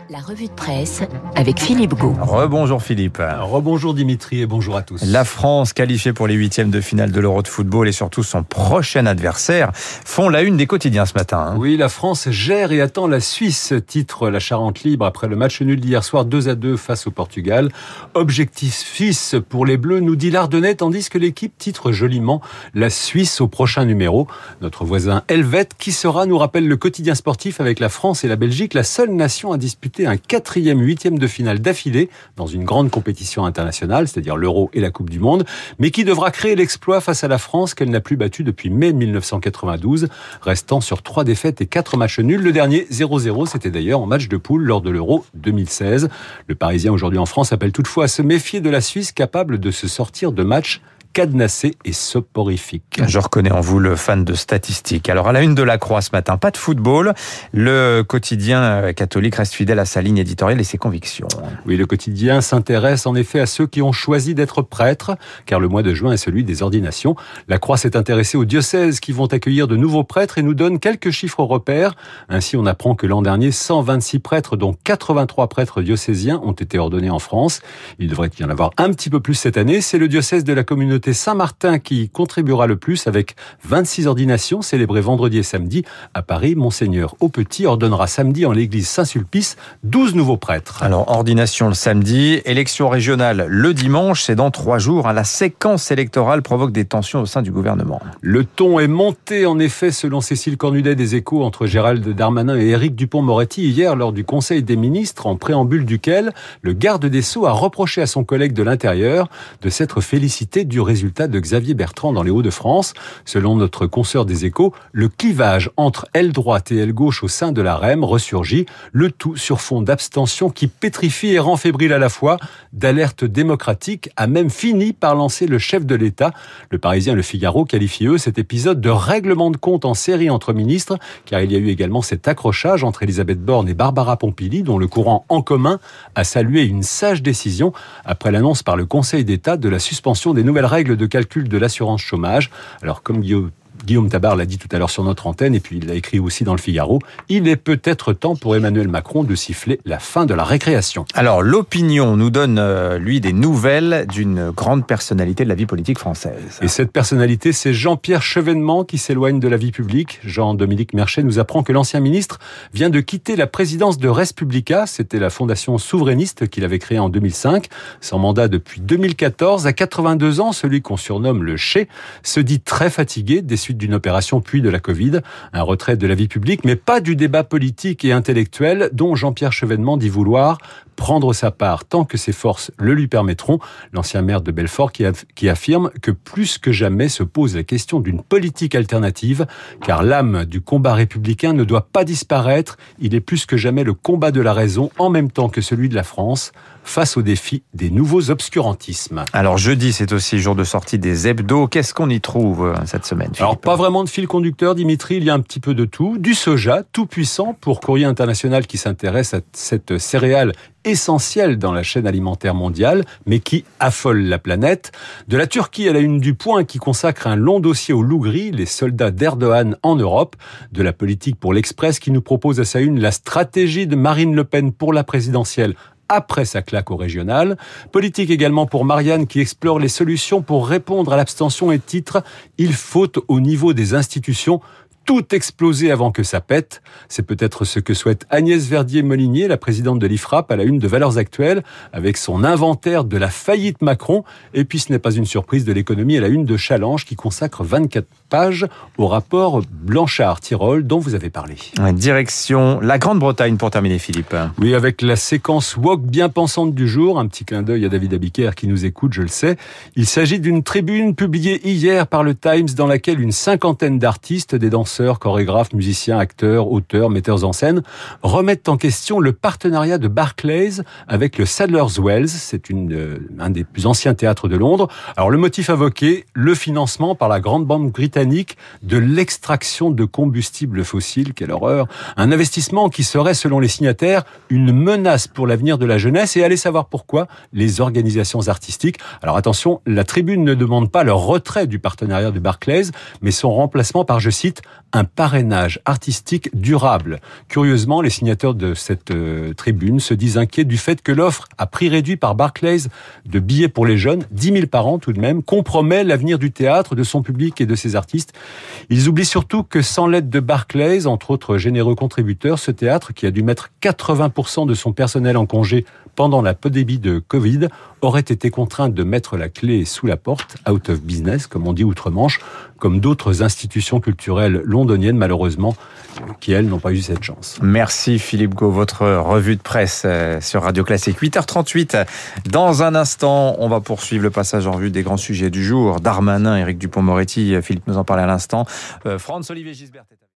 La revue de presse avec Philippe Gault. Rebonjour Philippe. Rebonjour Dimitri et bonjour à tous. La France, qualifiée pour les huitièmes de finale de l'Euro de football et surtout son prochain adversaire, font la une des quotidiens ce matin. Oui, la France gère et attend la Suisse, titre la Charente libre après le match nul d'hier soir 2-2 face au Portugal. Objectif suisse pour les Bleus, nous dit l'Ardennais, tandis que l'équipe titre joliment la Suisse au prochain numéro. Notre voisin helvète, qui sera, nous rappelle le quotidien sportif, avec la France et la Belgique, la seule nation à disputer un 4e huitième de finale d'affilée dans une grande compétition internationale, c'est-à-dire l'Euro et la Coupe du Monde, mais qui devra créer l'exploit face à la France qu'elle n'a plus battue depuis mai 1992, restant sur 3 défaites et 4 matchs nuls. Le dernier, 0-0, c'était d'ailleurs en match de poule lors de l'Euro 2016. Le Parisien aujourd'hui en France appelle toutefois à se méfier de la Suisse, capable de se sortir de matchs cadenassé et soporifique. Je reconnais en vous le fan de statistiques. Alors à la une de la Croix ce matin, pas de football. Le quotidien catholique reste fidèle à sa ligne éditoriale et ses convictions. Oui, le quotidien s'intéresse en effet à ceux qui ont choisi d'être prêtres, car le mois de juin est celui des ordinations. La Croix s'est intéressée aux diocèses qui vont accueillir de nouveaux prêtres et nous donne quelques chiffres repères. Ainsi, on apprend que l'an dernier, 126 prêtres, dont 83 prêtres diocésiens, ont été ordonnés en France. Il devrait y en avoir un petit peu plus cette année. C'est le diocèse de la communauté Saint-Martin qui contribuera le plus avec 26 ordinations célébrées vendredi et samedi. À Paris, Monseigneur Aupetit ordonnera samedi en l'église Saint-Sulpice 12 nouveaux prêtres. Alors, ordination le samedi, élection régionale le dimanche, c'est dans 3 jours. La séquence électorale provoque des tensions au sein du gouvernement. Le ton est monté en effet selon Cécile Cornudet des Échos entre Gérald Darmanin et Éric Dupond-Moretti hier lors du Conseil des ministres, en préambule duquel le garde des Sceaux a reproché à son collègue de l'Intérieur de s'être félicité du résultat de Xavier Bertrand dans les Hauts-de-France. Selon notre consoeur des Échos, le clivage entre aile droite et aile gauche au sein de la REM ressurgit, le tout sur fond d'abstention qui pétrifie et rend fébrile à la fois. D'alerte démocratique a même fini par lancer le chef de l'État. Le Parisien et le Figaro qualifient eux cet épisode de règlement de compte en série entre ministres, car il y a eu également cet accrochage entre Elisabeth Borne et Barbara Pompili, dont le courant En Commun a salué une sage décision après l'annonce par le Conseil d'État de la suspension des nouvelles règles de calcul de l'assurance chômage. Alors, comme Guillaume Tabar l'a dit tout à l'heure sur notre antenne, et puis il l'a écrit aussi dans le Figaro, il est peut-être temps pour Emmanuel Macron de siffler la fin de la récréation. Alors, l'opinion nous donne, lui, des nouvelles d'une grande personnalité de la vie politique française. Et cette personnalité, c'est Jean-Pierre Chevènement qui s'éloigne de la vie publique. Jean-Dominique Merchet nous apprend que l'ancien ministre vient de quitter la présidence de Respublica. C'était la fondation souverainiste qu'il avait créée en 2005. Sans mandat depuis 2014, à 82 ans, celui qu'on surnomme le Che se dit très fatigué des suites d'une opération puis de la Covid, un retrait de la vie publique, mais pas du débat politique et intellectuel dont Jean-Pierre Chevènement dit vouloir prendre sa part tant que ses forces le lui permettront. L'ancien maire de Belfort qui affirme que plus que jamais se pose la question d'une politique alternative, car l'âme du combat républicain ne doit pas disparaître. Il est plus que jamais le combat de la raison en même temps que celui de la France face au défi des nouveaux obscurantismes. Alors jeudi, c'est aussi jour de sortie des hebdos. Qu'est-ce qu'on y trouve cette semaine, Philippe ? Alors pas vraiment de fil conducteur, Dimitri, il y a un petit peu de tout. Du soja, tout puissant pour Courrier International qui s'intéresse à cette céréale essentielle dans la chaîne alimentaire mondiale, mais qui affole la planète. De la Turquie à la une du Point qui consacre un long dossier au loup gris, les soldats d'Erdogan en Europe. De la politique pour l'Express qui nous propose à sa une la stratégie de Marine Le Pen pour la présidentielle après sa claque au régional. Politique également pour Marianne qui explore les solutions pour répondre à l'abstention et titre « Il faut au niveau des institutions tout exploser avant que ça pète ». C'est peut-être ce que souhaite Agnès Verdier-Molinier, la présidente de l'IFRAP, à la une de Valeurs Actuelles, avec son inventaire de la faillite Macron. Et puis ce n'est pas une surprise de l'économie à la une de Challenge qui consacre 24 pages au rapport Blanchard-Tirol dont vous avez parlé. Direction la Grande-Bretagne pour terminer, Philippe. Oui, avec la séquence woke bien pensante du jour, un petit clin d'œil à David Abiker qui nous écoute, je le sais. Il s'agit d'une tribune publiée hier par le Times dans laquelle une 50aine d'artistes, des danseurs, chorégraphes, musiciens, acteurs, auteurs, metteurs en scène, remettent en question le partenariat de Barclays avec le Sadler's Wells. C'est un des plus anciens théâtres de Londres. Alors le motif invoqué, le financement par la grande banque britannique de l'extraction de combustibles fossiles. Quelle horreur! Un investissement qui serait, selon les signataires, une menace pour l'avenir de la jeunesse. Et allez savoir pourquoi les organisations artistiques. Alors attention, la tribune ne demande pas le retrait du partenariat de Barclays, mais son remplacement par, je cite, un parrainage artistique durable. Curieusement, les signataires de cette tribune se disent inquiets du fait que l'offre à prix réduit par Barclays de billets pour les jeunes, 10 000 par an tout de même, compromet l'avenir du théâtre, de son public et de ses artistes. Ils oublient surtout que sans l'aide de Barclays, entre autres généreux contributeurs, ce théâtre, qui a dû mettre 80% de son personnel en congé pendant la pandémie de Covid, aurait été contraint de mettre la clé sous la porte, out of business, comme on dit outre-Manche, comme d'autres institutions culturelles londoniennes, malheureusement, qui, elles, n'ont pas eu cette chance. Merci Philippe Gau, votre revue de presse sur Radio Classique. 8h38, dans un instant, on va poursuivre le passage en revue des grands sujets du jour. Darmanin, Éric Dupond-Moretti, Philippe nous en parlait à l'instant. Franz-Olivier Gisbert.